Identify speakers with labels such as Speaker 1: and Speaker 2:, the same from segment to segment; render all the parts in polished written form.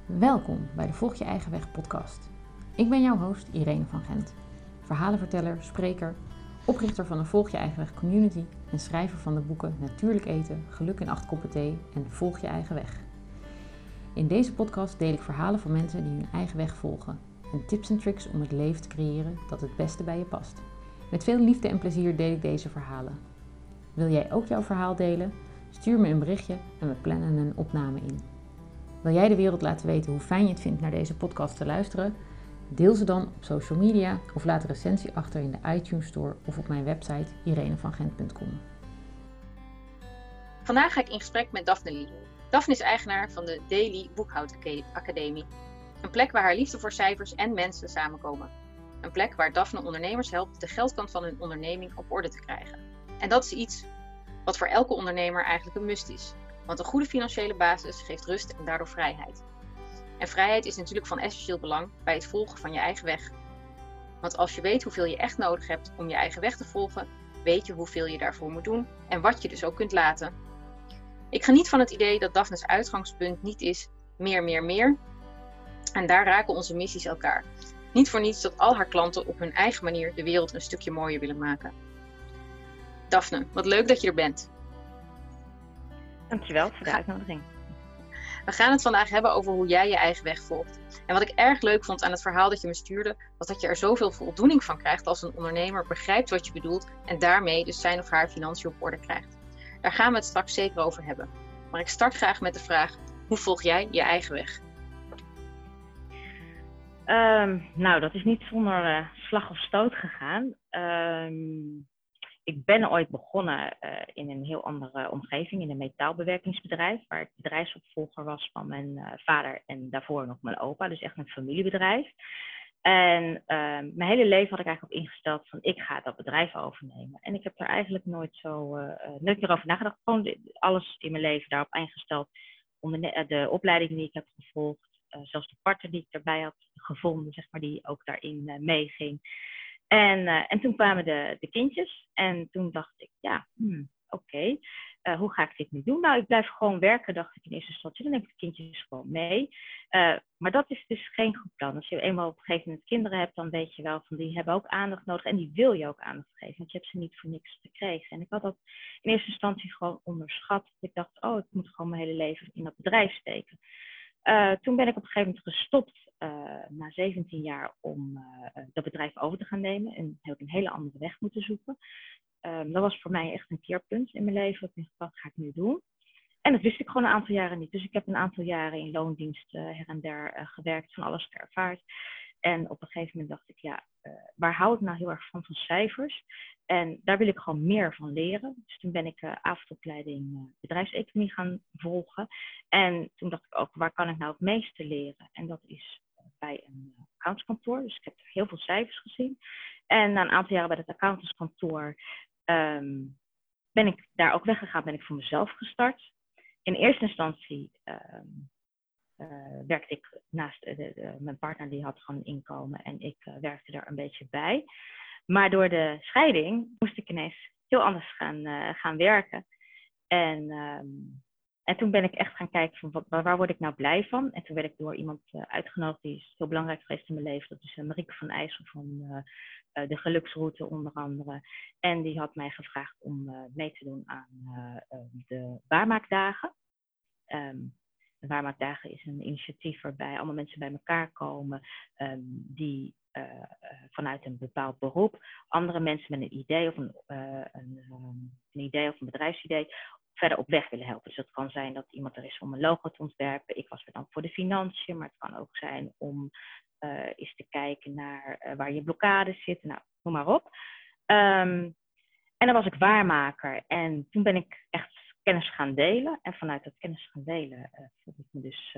Speaker 1: Welkom bij de Volg je eigen weg podcast. Ik ben jouw host Irene van Gent, verhalenverteller, spreker, oprichter van de Volg je eigen weg community en schrijver van de boeken Natuurlijk eten, Geluk in 8 koppen thee en Volg je eigen weg. In deze podcast deel ik verhalen van mensen die hun eigen weg volgen en tips en tricks om het leven te creëren dat het beste bij je past. Met veel liefde en plezier deel ik deze verhalen. Wil jij ook jouw verhaal delen? Stuur me een berichtje en we plannen een opname in. Wil jij de wereld laten weten hoe fijn je het vindt naar deze podcast te luisteren? Deel ze dan op social media of laat een recensie achter in de iTunes Store of op mijn website irenevangent.com.
Speaker 2: Vandaag ga ik in gesprek met Daphne Lee. Daphne is eigenaar van de Daily Boekhoudacademie. Een plek waar haar liefde voor cijfers en mensen samenkomen. Een plek waar Daphne ondernemers helpt de geldkant van hun onderneming op orde te krijgen. En dat is iets wat voor elke ondernemer eigenlijk een must is. Want een goede financiële basis geeft rust en daardoor vrijheid. En vrijheid is natuurlijk van essentieel belang bij het volgen van je eigen weg. Want als je weet hoeveel je echt nodig hebt om je eigen weg te volgen, weet je hoeveel je daarvoor moet doen en wat je dus ook kunt laten. Ik geniet van het idee dat Daphne's uitgangspunt niet is meer. En daar raken onze missies elkaar. Niet voor niets dat al haar klanten op hun eigen manier de wereld een stukje mooier willen maken. Daphne, wat leuk dat je er bent.
Speaker 3: Dankjewel voor de uitnodiging.
Speaker 2: We gaan het vandaag hebben over hoe jij je eigen weg volgt. En wat ik erg leuk vond aan het verhaal dat je me stuurde, was dat je er zoveel voldoening van krijgt als een ondernemer begrijpt wat je bedoelt en daarmee dus zijn of haar financiën op orde krijgt. Daar gaan we het straks zeker over hebben. Maar ik start graag met de vraag, hoe volg jij je eigen weg?
Speaker 3: Nou, dat is niet zonder slag of stoot gegaan. Ik ben ooit begonnen in een heel andere omgeving, in een metaalbewerkingsbedrijf, waar ik bedrijfsopvolger was van mijn vader en daarvoor nog mijn opa, dus echt een familiebedrijf. En mijn hele leven had ik eigenlijk op ingesteld van ik ga dat bedrijf overnemen. En ik heb er eigenlijk nooit meer over nagedacht. Gewoon alles in mijn leven daarop ingesteld. De opleiding die ik heb gevolgd, zelfs de partner die ik erbij had gevonden, zeg maar, die ook daarin meeging. En toen kwamen de kindjes en toen dacht ik, oké, hoe ga ik dit nu doen? Nou, ik blijf gewoon werken, dacht ik in eerste instantie. Dan neem ik de kindjes gewoon mee. Maar dat is dus geen goed plan. Als je eenmaal op een gegeven moment kinderen hebt, dan weet je wel van die hebben ook aandacht nodig. En die wil je ook aandacht geven, want je hebt ze niet voor niks gekregen. En ik had dat in eerste instantie gewoon onderschat. Ik dacht, ik moet gewoon mijn hele leven in dat bedrijf steken. Toen ben ik op een gegeven moment gestopt na 17 jaar om dat bedrijf over te gaan nemen. En heb ik een hele andere weg moeten zoeken. Dat was voor mij echt een keerpunt in mijn leven. Ik dacht, wat ga ik nu doen? En dat wist ik gewoon een aantal jaren niet. Dus ik heb een aantal jaren in loondienst her en der gewerkt, van alles ervaard. En op een gegeven moment dacht ik, waar hou ik nou heel erg van cijfers? En daar wil ik gewoon meer van leren. Dus toen ben ik avondopleiding bedrijfseconomie gaan volgen. En toen dacht ik ook, waar kan ik nou het meeste leren? En dat is bij een accountskantoor. Dus ik heb er heel veel cijfers gezien. En na een aantal jaren bij het accountantskantoor ben ik daar ook weggegaan, ben ik voor mezelf gestart. In eerste instantie werkte ik naast mijn partner, die had gewoon een inkomen en ik werkte daar een beetje bij. Maar door de scheiding moest ik ineens heel anders gaan werken. En toen ben ik echt gaan kijken van waar word ik nou blij van. En toen werd ik door iemand uitgenodigd, die is heel belangrijk geweest in mijn leven. Dat is Marieke van IJssel van de Geluksroute onder andere. En die had mij gevraagd om mee te doen aan de Waarmaakdagen. De Waarmaakdagen is een initiatief waarbij allemaal mensen bij elkaar komen die vanuit een bepaald beroep andere mensen met een idee of een idee of een bedrijfsidee verder op weg willen helpen. Dus dat kan zijn dat iemand er is om een logo te ontwerpen. Ik was er dan voor de financiën, maar het kan ook zijn om eens te kijken naar waar je blokkades zitten. Nou, noem maar op. En dan was ik waarmaker. En toen ben ik echt kennis gaan delen. En vanuit dat kennis gaan delen voelde ik me dus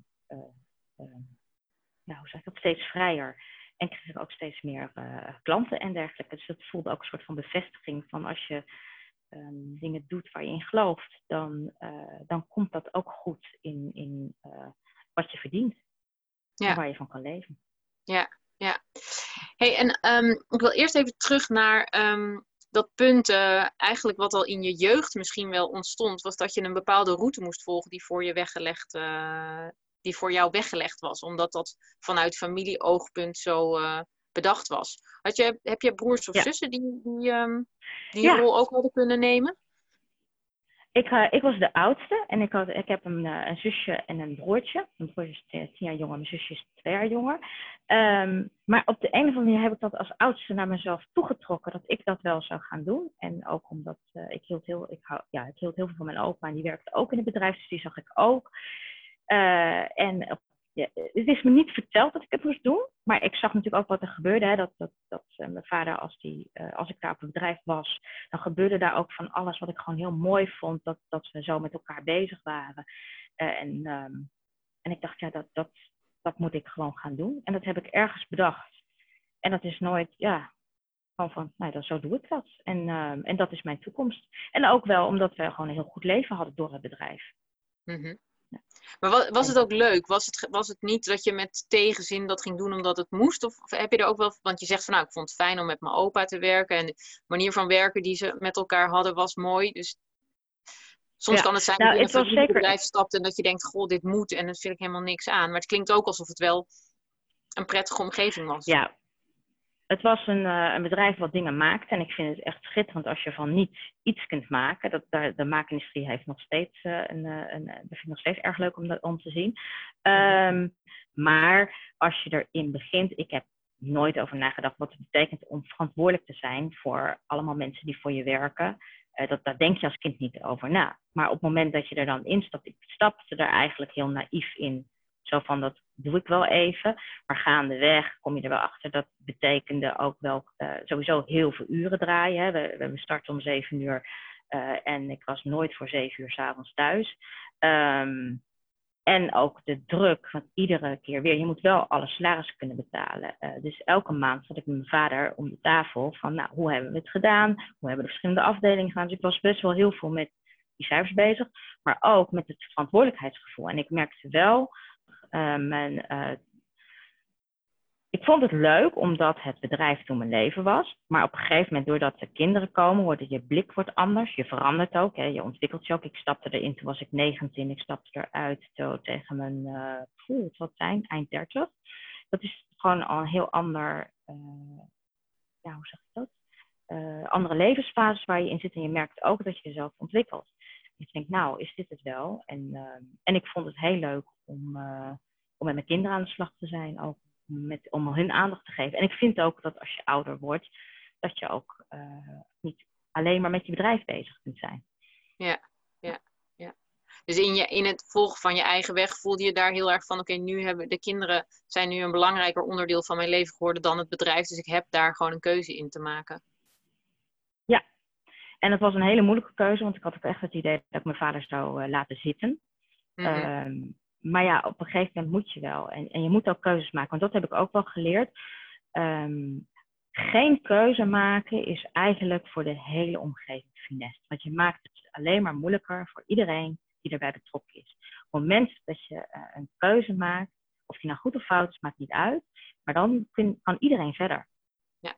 Speaker 3: hoe zeg ik dat, steeds vrijer. En kreeg ik ook steeds meer klanten en dergelijke. Dus dat voelde ook een soort van bevestiging van als je dingen doet waar je in gelooft, dan komt dat ook goed in wat je verdient. En waar je van kan leven.
Speaker 2: Ja. Hey, en ik wil eerst even terug naar dat punt eigenlijk wat al in je jeugd misschien wel ontstond, was dat je een bepaalde route moest volgen die voor je weggelegd die voor jou weggelegd was, omdat dat vanuit familieoogpunt zo bedacht was. Heb je broers of zussen die rol ook hadden kunnen nemen?
Speaker 3: Ik was de oudste en ik heb een zusje en een broertje. Mijn broertje is 10 jaar jonger, mijn zusje is 2 jaar jonger. Maar op de een of andere manier heb ik dat als oudste naar mezelf toegetrokken, dat ik dat wel zou gaan doen. En ook omdat ik hield heel veel van mijn opa en die werkte ook in het bedrijf, dus die zag ik ook. Het is me niet verteld dat ik het moest doen, maar ik zag natuurlijk ook wat er gebeurde. Hè, dat mijn vader, als ik daar op het bedrijf was, dan gebeurde daar ook van alles wat ik gewoon heel mooi vond, dat we zo met elkaar bezig waren. En ik dacht, ja, dat moet ik gewoon gaan doen. En dat heb ik ergens bedacht. En dat is nooit, gewoon van, nou, dan zo doe ik dat. En dat is mijn toekomst. En ook wel omdat we gewoon een heel goed leven hadden door het bedrijf.
Speaker 2: Mm-hmm. Ja. Maar was het ook leuk? Was het niet dat je met tegenzin dat ging doen omdat het moest? Of heb je er ook wel... Want je zegt van, nou, ik vond het fijn om met mijn opa te werken. En de manier van werken die ze met elkaar hadden was mooi. Dus soms kan het zijn dat je in een familiebedrijf stapt en dat je denkt, goh, dit moet. En dat vind ik helemaal niks aan. Maar het klinkt ook alsof het wel een prettige omgeving was.
Speaker 3: Ja. Het was een bedrijf wat dingen maakt. En ik vind het echt schitterend als je van niets iets kunt maken. De maakindustrie heeft nog steeds dat vind ik nog steeds erg leuk om te zien. Maar als je erin begint, ik heb nooit over nagedacht wat het betekent om verantwoordelijk te zijn voor allemaal mensen die voor je werken. Daar denk je als kind niet over na. Maar op het moment dat je er dan instapt, ik stapte er eigenlijk heel naïef in. Zo van, dat doe ik wel even. Maar gaandeweg kom je er wel achter. Dat betekende ook wel sowieso heel veel uren draaien. Hè. We starten om 7 uur. En ik was nooit voor 7 uur 's avonds thuis. En ook de druk. Want iedere keer weer. Je moet wel alle salarissen kunnen betalen. Dus elke maand zat ik met mijn vader om de tafel. Van, nou, hoe hebben we het gedaan? Hoe hebben we de verschillende afdelingen gedaan? Dus ik was best wel heel veel met die cijfers bezig. Maar ook met het verantwoordelijkheidsgevoel. En ik merkte wel... ik vond het leuk omdat het bedrijf toen mijn leven was. Maar op een gegeven moment, doordat er kinderen komen, je blik wordt anders. Je verandert ook, hè, je ontwikkelt je ook. Ik stapte erin, toen was ik 19. Ik stapte eruit tegen mijn, het wat zijn, eind 30. Dat is gewoon al een heel ander, hoe zeg ik dat? Andere levensfases waar je in zit. En je merkt ook dat je jezelf ontwikkelt. Ik denk, nou, is dit het wel? En ik vond het heel leuk om met mijn kinderen aan de slag te zijn. Ook om hun aandacht te geven. En ik vind ook dat als je ouder wordt, dat je ook niet alleen maar met je bedrijf bezig kunt zijn.
Speaker 2: Ja. Dus in het volgen van je eigen weg voelde je daar heel erg van, oké, nu hebben de kinderen zijn nu een belangrijker onderdeel van mijn leven geworden dan het bedrijf. Dus ik heb daar gewoon een keuze in te maken.
Speaker 3: Ja. En het was een hele moeilijke keuze, want ik had ook echt het idee dat ik mijn vader zou laten zitten. Mm-hmm. Maar ja, op een gegeven moment moet je wel. En je moet ook keuzes maken, want dat heb ik ook wel geleerd. Geen keuze maken is eigenlijk voor de hele omgeving funest. Want je maakt het alleen maar moeilijker voor iedereen die erbij betrokken is. Op het moment dat je een keuze maakt, of die nou goed of fout is, maakt niet uit. Maar dan kan iedereen verder.
Speaker 2: Ja.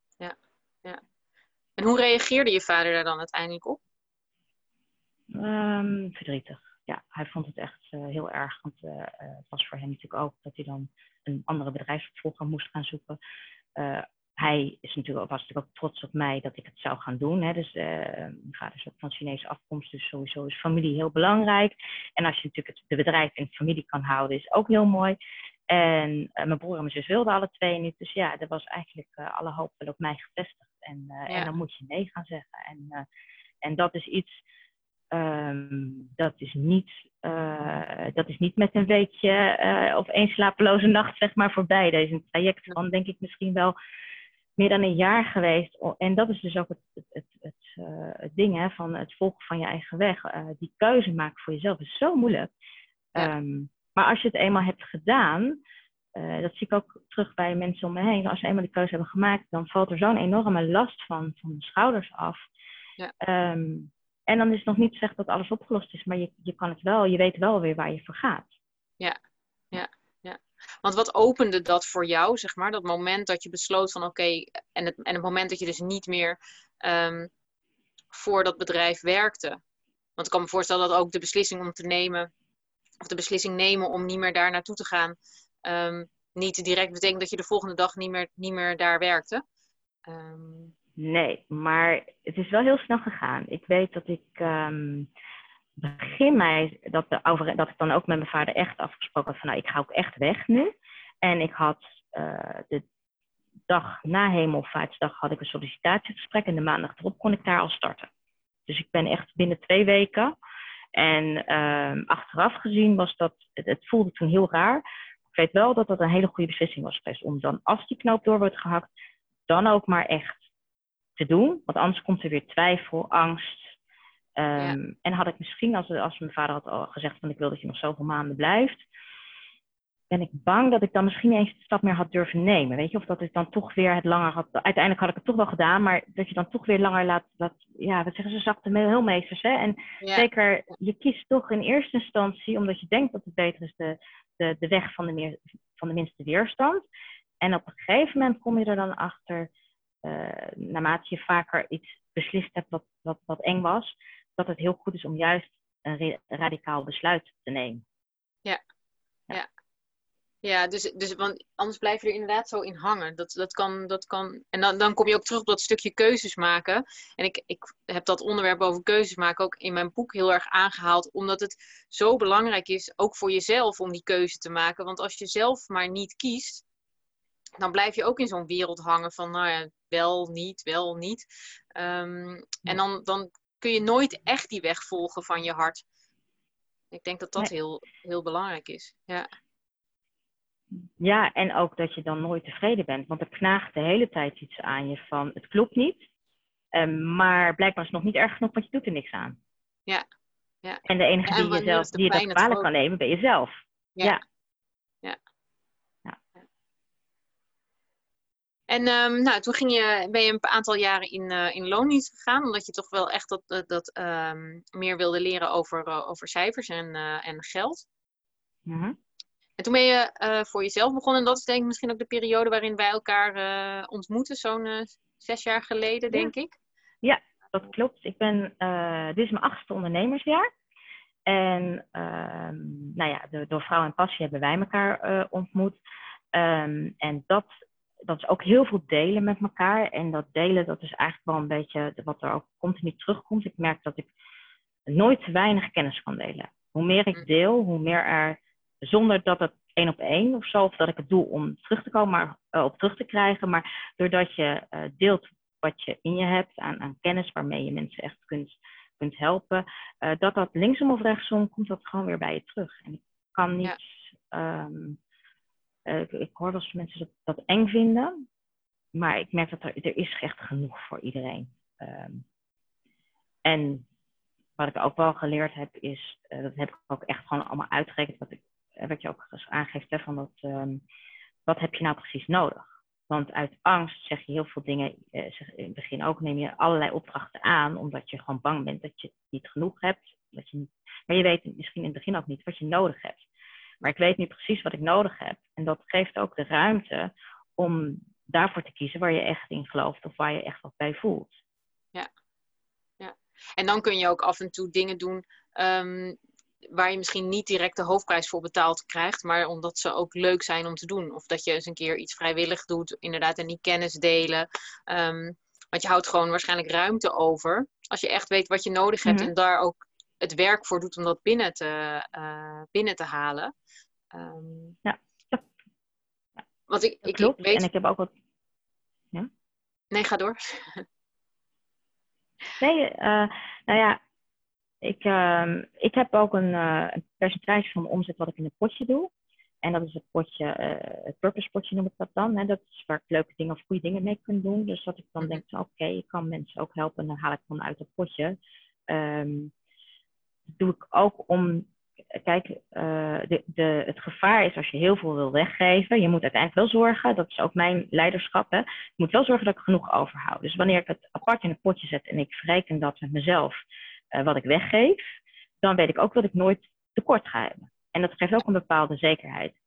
Speaker 2: En hoe reageerde je vader daar dan uiteindelijk op?
Speaker 3: Verdrietig. Ja, hij vond het echt heel erg. Want het was voor hem natuurlijk ook dat hij dan een andere bedrijfsopvolger moest gaan zoeken. Hij was natuurlijk ook trots op mij dat ik het zou gaan doen. Hè. Dus mijn vader is ook van Chinese afkomst. Dus sowieso is familie heel belangrijk. En als je natuurlijk het bedrijf en familie kan houden, is ook heel mooi. En mijn broer en mijn zus wilden alle twee niet. Dus ja, er was eigenlijk alle hoop wel op mij gevestigd. En dan moet je nee gaan zeggen. En dat is iets... dat is niet met een weekje of 1 slapeloze nacht zeg maar voorbij. Deze is een traject van denk ik misschien wel meer dan 1 jaar geweest. En dat is dus ook het ding hè, van het volgen van je eigen weg. Die keuze maken voor jezelf is zo moeilijk. Ja. Maar als je het eenmaal hebt gedaan, dat zie ik ook terug bij mensen om me heen. Als ze eenmaal die keuze hebben gemaakt, dan valt er zo'n enorme last van de schouders af. Ja. En dan is het nog niet gezegd dat alles opgelost is, maar je kan het wel, je weet wel weer waar je voor gaat.
Speaker 2: Ja. Want wat opende dat voor jou, zeg maar? Dat moment dat je besloot van oké, en het moment dat je dus niet meer voor dat bedrijf werkte. Want ik kan me voorstellen dat ook de beslissing om te nemen of de beslissing nemen om niet meer daar naartoe te gaan, niet direct betekent dat je de volgende dag niet meer daar werkte.
Speaker 3: Nee, maar het is wel heel snel gegaan. Ik weet dat ik begin mei, dat ik dan ook met mijn vader echt afgesproken had van nou, ik ga ook echt weg nu. En ik had de dag na Hemelvaartsdag had ik een sollicitatiegesprek en de maandag erop kon ik daar al starten. Dus ik ben echt binnen 2 weken. En achteraf gezien was dat, het voelde toen heel raar. Ik weet wel dat dat een hele goede beslissing was geweest om dan, als die knoop door wordt gehakt, dan ook maar echt te doen. Want anders komt er weer twijfel, angst. En had ik misschien, als mijn vader had al gezegd van ik wil dat je nog zoveel maanden blijft, ben ik bang dat ik dan misschien niet eens de stap meer had durven nemen. Weet je, of dat ik dan toch weer het langer had. Uiteindelijk had ik het toch wel gedaan, maar dat je dan toch weer langer laat ja, wat zeggen ze, zakte heelmeesters. Hè? En zeker, je kiest toch in eerste instantie, omdat je denkt dat het beter is, de weg van de minste weerstand. En op een gegeven moment kom je er dan achter, naarmate je vaker iets beslist hebt wat eng was, dat het heel goed is om juist een radicaal besluit te nemen.
Speaker 2: Ja, dus want anders blijf je er inderdaad zo in hangen. Dat kan. En dan kom je ook terug op dat stukje keuzes maken. En ik heb dat onderwerp over keuzes maken ook in mijn boek heel erg aangehaald. Omdat het zo belangrijk is, ook voor jezelf, om die keuze te maken. Want als je zelf maar niet kiest, dan blijf je ook in zo'n wereld hangen van, nou ja, wel, niet. En dan kun je nooit echt die weg volgen van je hart. Ik denk dat dat heel, heel belangrijk is. Ja.
Speaker 3: Ja, en ook dat je dan nooit tevreden bent. Want er knaagt de hele tijd iets aan je van, het klopt niet. Maar blijkbaar is het nog niet erg genoeg, want je doet er niks aan.
Speaker 2: Ja.
Speaker 3: En de enige die je dat kwalijk kan nemen, ben jezelf. Ja.
Speaker 2: En toen ben je een aantal jaren in loondienst gegaan, omdat je toch wel echt dat meer wilde leren over cijfers en geld.
Speaker 3: Mm-hmm.
Speaker 2: En toen ben je voor jezelf begonnen. En dat is denk ik misschien ook de periode waarin wij elkaar ontmoeten. Zo'n 6 jaar geleden, denk ik.
Speaker 3: Ja, dat klopt. Dit is mijn 8e ondernemersjaar. En door Vrouw en Passie hebben wij elkaar ontmoet. En dat is ook heel veel delen met elkaar. En dat delen, dat is eigenlijk wel een beetje wat er ook continu terugkomt. Ik merk dat ik nooit te weinig kennis kan delen. Hoe meer ik deel, hoe meer er, zonder dat het 1 op 1 of zo, of dat ik het doe om terug te komen, op terug te krijgen. Maar doordat je deelt wat je in je hebt aan kennis waarmee je mensen echt kunt helpen, dat linksom of rechtsom komt dat gewoon weer bij je terug. En ik kan niet... ik hoor wel eens mensen dat eng vinden, maar ik merk dat er is echt genoeg voor iedereen. En wat ik ook wel geleerd heb is, dat heb ik ook echt gewoon allemaal uitgerekend, wat je ook aangeeft, hè, van wat heb je nou precies nodig? Want uit angst zeg je heel veel dingen, in het begin ook neem je allerlei opdrachten aan, omdat je gewoon bang bent dat je niet genoeg hebt. Maar je weet misschien in het begin ook niet wat je nodig hebt. Maar ik weet nu precies wat ik nodig heb. En dat geeft ook de ruimte om daarvoor te kiezen waar je echt in gelooft of waar je echt wat bij voelt.
Speaker 2: Ja. En dan kun je ook af en toe dingen doen waar je misschien niet direct de hoofdprijs voor betaald krijgt, maar omdat ze ook leuk zijn om te doen. Of dat je eens een keer iets vrijwillig doet, inderdaad, en die kennis delen. Want je houdt gewoon waarschijnlijk ruimte over. Als je echt weet wat je nodig hebt en daar ook het werk voor doet om dat binnen te halen.
Speaker 3: Ja.
Speaker 2: Want ik weet...
Speaker 3: En ik heb ook wat... Ja?
Speaker 2: Nee, ga door.
Speaker 3: Nee, ik heb ook een percentage van de omzet wat ik in een potje doe. En dat is het potje, het purpose potje noem ik dat dan. Hè? Dat is waar ik leuke dingen of goede dingen mee kan doen. Dus dat ik dan denk, oké, ik kan mensen ook helpen en dan haal ik dan uit het potje. Dat doe ik ook om... Kijk, het gevaar is als je heel veel wil weggeven. Je moet uiteindelijk wel zorgen, dat is ook mijn leiderschap. Hè, ik moet wel zorgen dat ik genoeg overhoud. Dus wanneer ik het apart in een potje zet en ik verreken dat met mezelf wat ik weggeef, dan weet ik ook dat ik nooit tekort ga hebben. En dat geeft ook een bepaalde zekerheid.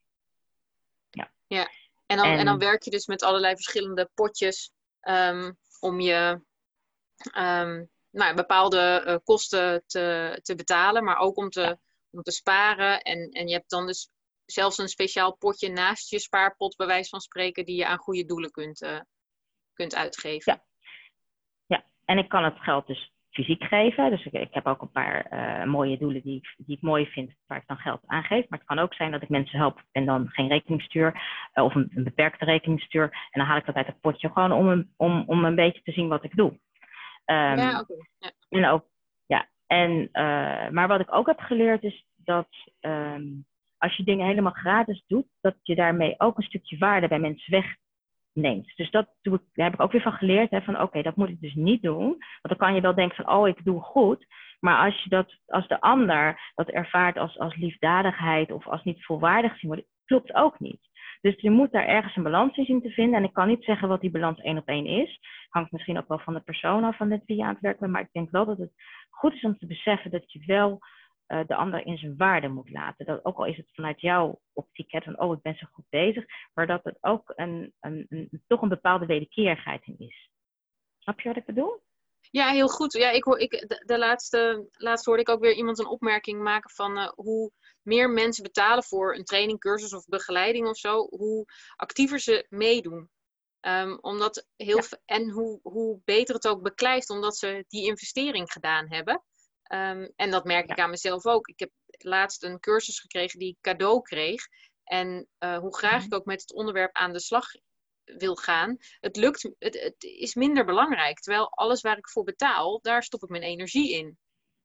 Speaker 2: Ja. En dan werk je dus met allerlei verschillende potjes om je bepaalde kosten te betalen, maar ook om te om te sparen. En je hebt dan dus zelfs een speciaal potje naast je spaarpot, bij wijze van spreken, die je aan goede doelen kunt uitgeven.
Speaker 3: Ja. Ja, en ik kan het geld dus fysiek geven. Dus ik heb ook een paar mooie doelen die ik mooi vind, waar ik dan geld aan geef. Maar het kan ook zijn dat ik mensen help en dan geen rekening stuur. Of een beperkte rekening stuur. En dan haal ik dat uit het potje gewoon om een beetje te zien wat ik doe.
Speaker 2: Ja, oké. Ja.
Speaker 3: En ook, ja. Maar wat ik ook heb geleerd is dat als je dingen helemaal gratis doet, dat je daarmee ook een stukje waarde bij mensen wegneemt. Dus daar heb ik ook weer van geleerd. Van oké, dat moet ik dus niet doen. Want dan kan je wel denken van, ik doe goed. Maar als de ander dat ervaart als liefdadigheid of als niet volwaardig gezien wordt, klopt ook niet. Dus je moet daar ergens een balans in zien te vinden. En ik kan niet zeggen wat die balans 1 op 1 is. Hangt misschien ook wel van de persoon af van met wie je aan het werken bent. Maar ik denk wel dat het goed is om te beseffen dat je wel de ander in zijn waarde moet laten. Dat, ook al is het vanuit jouw optiek van, ik ben zo goed bezig. Maar dat het ook toch een bepaalde wederkerigheid in is. Snap je wat ik bedoel?
Speaker 2: Ja, heel goed. Ja, de laatste hoorde ik ook weer iemand een opmerking maken van hoe meer mensen betalen voor een training, cursus of begeleiding of zo, hoe actiever ze meedoen. Omdat en hoe beter het ook beklijft, omdat ze die investering gedaan hebben. En dat merk ik aan mezelf ook. Ik heb laatst een cursus gekregen die ik cadeau kreeg. En hoe graag ik ook met het onderwerp aan de slag wil gaan, het is minder belangrijk. Terwijl alles waar ik voor betaal, daar stop ik mijn energie in.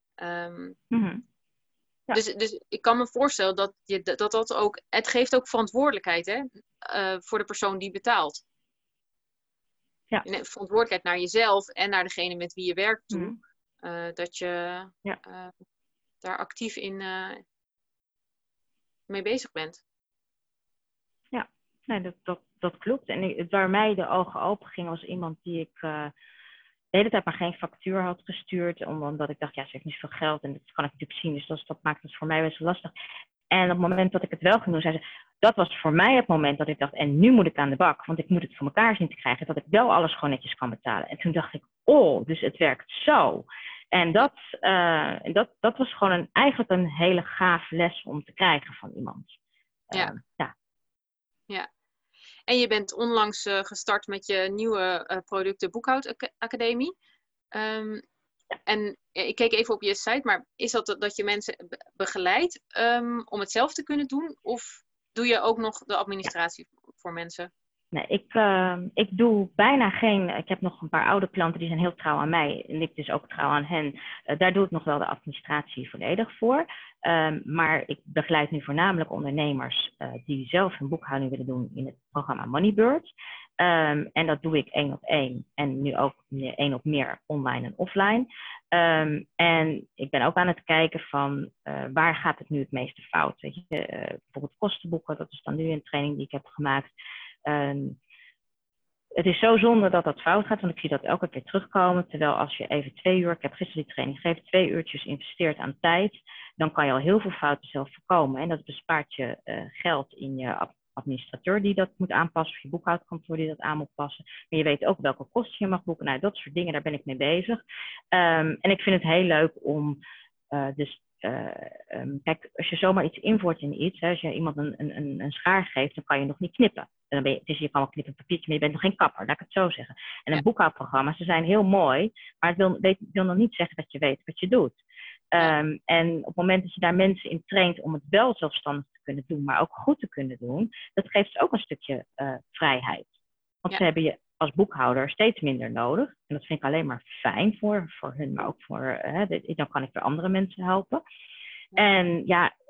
Speaker 2: Ja. Dus ik kan me voorstellen dat ook, het geeft ook verantwoordelijkheid, hè, voor de persoon die betaalt.
Speaker 3: Ja.
Speaker 2: Verantwoordelijkheid naar jezelf en naar degene met wie je werkt toe. Dat je daar actief in mee bezig bent.
Speaker 3: Ja, nee, dat klopt. En waar mij de ogen open gingen was iemand die ik de hele tijd maar geen factuur had gestuurd. Omdat ik dacht, ze heeft niet veel geld en dat kan ik natuurlijk zien. Dus dat maakt het voor mij best lastig. En op het moment dat ik het wel ging doen, zei ze, dat was voor mij het moment dat ik dacht, en nu moet ik aan de bak. Want ik moet het voor elkaar zien te krijgen, dat ik wel alles gewoon netjes kan betalen. En toen dacht ik, dus het werkt zo. En dat was gewoon eigenlijk een hele gaaf les om te krijgen van iemand.
Speaker 2: Ja. En je bent onlangs gestart met je nieuwe product, de Boekhoudacademie. En ik keek even op je site, maar is dat je mensen begeleidt om het zelf te kunnen doen? Of doe je ook nog de administratie voor mensen?
Speaker 3: Nee, ik doe bijna geen. Ik heb nog een paar oude klanten die zijn heel trouw aan mij. En ik dus ook trouw aan hen. Daar doe ik nog wel de administratie volledig voor. Maar ik begeleid nu voornamelijk ondernemers die zelf hun boekhouding willen doen in het programma Moneybird. En dat doe ik 1 op 1. En nu ook 1 op meer online en offline. En ik ben ook aan het kijken van waar gaat het nu het meeste fout? Weet je? Bijvoorbeeld kostenboeken, dat is dan nu een training die ik heb gemaakt. Het is zo zonde dat dat fout gaat, want ik zie dat elke keer terugkomen. Terwijl als je even 2 uur, ik heb gisteren die training gegeven, 2 uurtjes investeert aan tijd, dan kan je al heel veel fouten zelf voorkomen. En dat bespaart je geld in je administrateur die dat moet aanpassen, of je boekhoudkantoor die dat aan moet passen. Maar je weet ook welke kosten je mag boeken. Nou, dat soort dingen, daar ben ik mee bezig. En ik vind het heel leuk om kijk, als je zomaar iets invoert in iets, als je iemand een schaar geeft, dan kan je nog niet knippen. Je kan wel knippen een papiertje, maar je bent nog geen kapper, laat ik het zo zeggen. En een boekhoudprogramma, ze zijn heel mooi, maar het wil nog niet zeggen dat je weet wat je doet. En op het moment dat je daar mensen in traint om het wel zelfstandig te kunnen doen, maar ook goed te kunnen doen, dat geeft ook een stukje vrijheid. Want ze hebben je als boekhouder steeds minder nodig. En dat vind ik alleen maar fijn voor hun, maar ook voor, dan kan ik weer andere mensen helpen. En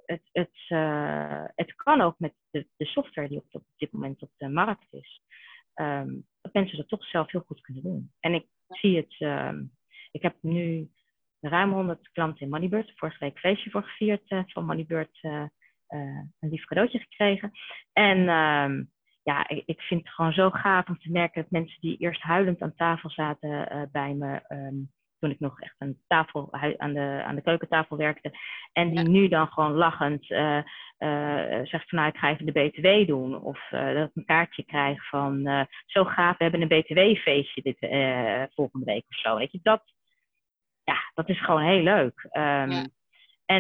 Speaker 3: het kan ook met de software die op dit moment op de markt is. Dat mensen dat toch zelf heel goed kunnen doen. En ik zie het, ik heb nu ruim 100 klanten in Moneybird. Vorige week feestje voor gevierd van Moneybird. Een lief cadeautje gekregen. En ik vind het gewoon zo gaaf om te merken dat mensen die eerst huilend aan tafel zaten bij me, toen ik nog echt aan de keukentafel werkte, en die nu dan gewoon lachend zegt van, ik ga even de BTW doen. Of dat ik een kaartje krijg van, zo gaaf, we hebben een BTW-feestje volgende week of zo. Weet je, dat is gewoon heel leuk. En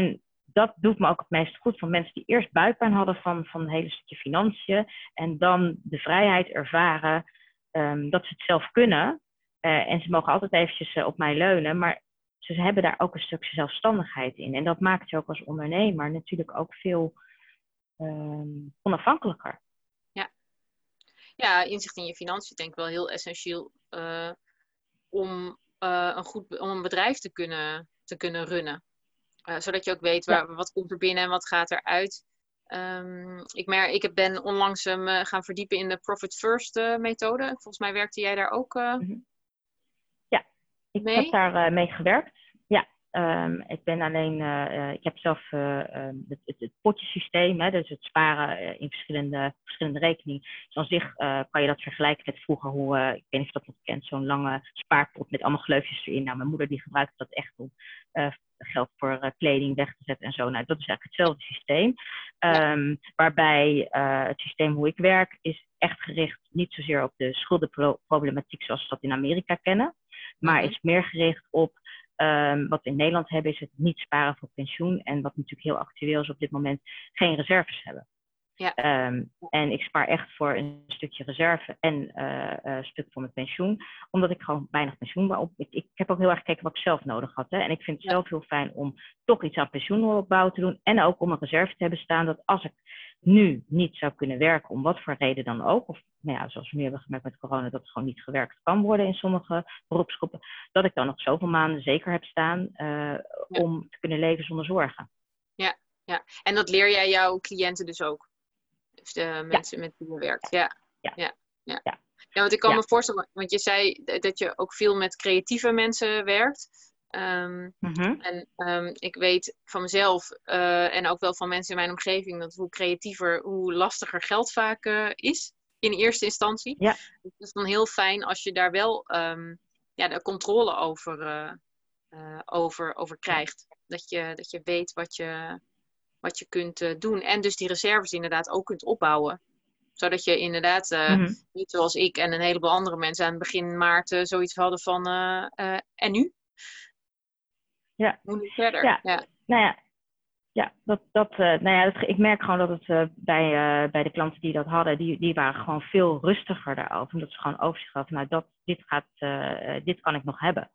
Speaker 3: dat doet me ook het meest goed van mensen die eerst buikpijn hadden van een hele stukje financiën. En dan de vrijheid ervaren dat ze het zelf kunnen. En ze mogen altijd eventjes op mij leunen. Maar ze hebben daar ook een stukje zelfstandigheid in. En dat maakt je ook als ondernemer natuurlijk ook veel onafhankelijker.
Speaker 2: Ja, inzicht in je financiën denk ik wel heel essentieel om een bedrijf te kunnen runnen. Zodat je ook weet wat komt er binnen en wat gaat eruit. Ik ben onlangs gaan verdiepen in de Profit First methode. Volgens mij werkte jij daar ook
Speaker 3: Ja, ik
Speaker 2: mee?
Speaker 3: heb daar mee gewerkt. Ja, ik ben alleen, ik heb zelf het potjesysteem, hè, dus het sparen in verschillende rekeningen. Dus aan zich kan je dat vergelijken met vroeger ik weet niet of je dat nog kent, zo'n lange spaarpot met allemaal gleufjes erin. Nou, mijn moeder die gebruikte dat echt om geld voor kleding weg te zetten en zo. Nou, dat is eigenlijk hetzelfde systeem. Waarbij het systeem hoe ik werk is echt gericht niet zozeer op de schuldenproblematiek zoals we dat in Amerika kennen. Maar is meer gericht op wat we in Nederland hebben is het niet sparen voor pensioen. En wat natuurlijk heel actueel is op dit moment, geen reserves hebben.
Speaker 2: Ja.
Speaker 3: En ik spaar echt voor een stukje reserve en een stuk voor mijn pensioen. Omdat ik gewoon weinig pensioen ik heb ook heel erg gekeken wat ik zelf nodig had. Hè? En ik vind het zelf heel fijn om toch iets aan pensioenopbouw te doen. En ook om een reserve te hebben staan dat als ik nu niet zou kunnen werken, om wat voor reden dan ook. Of zoals we nu hebben gemerkt met corona, dat het gewoon niet gewerkt kan worden in sommige beroepsgroepen. Dat ik dan nog zoveel maanden zeker heb staan om te kunnen leven zonder zorgen.
Speaker 2: Ja. En dat leer jij jouw cliënten dus ook? Dus de mensen met wie je werkt. Ja, want ik kan me voorstellen, want je zei dat je ook veel met creatieve mensen werkt. En ik weet van mezelf en ook wel van mensen in mijn omgeving dat hoe creatiever, hoe lastiger geld vaak is in eerste instantie. Ja. Dus het is dan heel fijn als je daar wel de controle over krijgt. Dat je weet wat je kunt doen. En dus die reserves inderdaad ook kunt opbouwen. Zodat je inderdaad, niet zoals ik en een heleboel andere mensen aan het begin maart zoiets hadden van, en nu?
Speaker 3: Ja.
Speaker 2: Hoe nu verder?
Speaker 3: Ik merk gewoon dat het bij de klanten die dat hadden, die waren gewoon veel rustiger daarover. Omdat ze gewoon overzicht hadden. Dit kan ik nog hebben.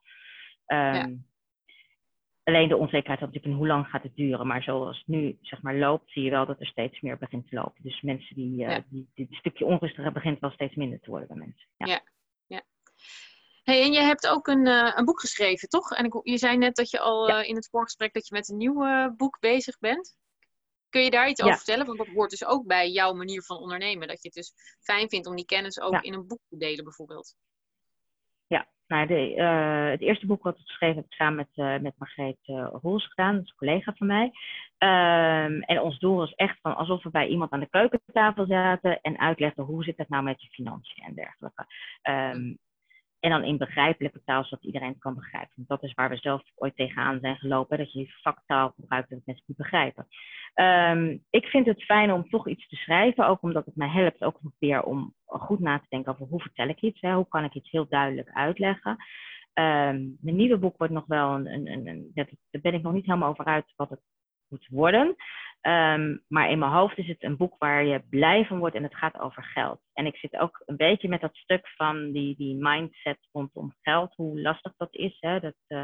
Speaker 3: Alleen de onzekerheid had natuurlijk in hoe lang gaat het duren. Maar zoals het nu zeg maar loopt, zie je wel dat er steeds meer begint te lopen. Dus mensen die een stukje onrustiger begint wel steeds minder te worden bij mensen. Ja.
Speaker 2: Hey, en je hebt ook een boek geschreven, toch? En je zei net dat je al in het voorgesprek dat je met een nieuw boek bezig bent. Kun je daar iets over vertellen? Want dat hoort dus ook bij jouw manier van ondernemen. Dat je het dus fijn vindt om die kennis ook in een boek te delen bijvoorbeeld.
Speaker 3: Ja, het eerste boek wat ik geschreven heb samen met Margreet Roels gedaan. Dat is een collega van mij. En ons doel was echt van alsof we bij iemand aan de keukentafel zaten en uitlegden hoe zit het nou met je financiën en dergelijke. En dan in begrijpelijke taal, zodat iedereen het kan begrijpen. Want dat is waar we zelf ooit tegenaan zijn gelopen. Dat je vaktaal gebruikt dat mensen niet begrijpen. Ik vind het fijn om toch iets te schrijven. Ook omdat het mij helpt ook nog weer om goed na te denken over hoe vertel ik iets. Hoe kan ik iets heel duidelijk uitleggen. Mijn nieuwe boek wordt nog wel daar ben ik nog niet helemaal over uit wat het moet worden. Maar in mijn hoofd is het een boek waar je blij van wordt en het gaat over geld. En ik zit ook een beetje met dat stuk van die mindset rondom geld, hoe lastig dat is. Hè?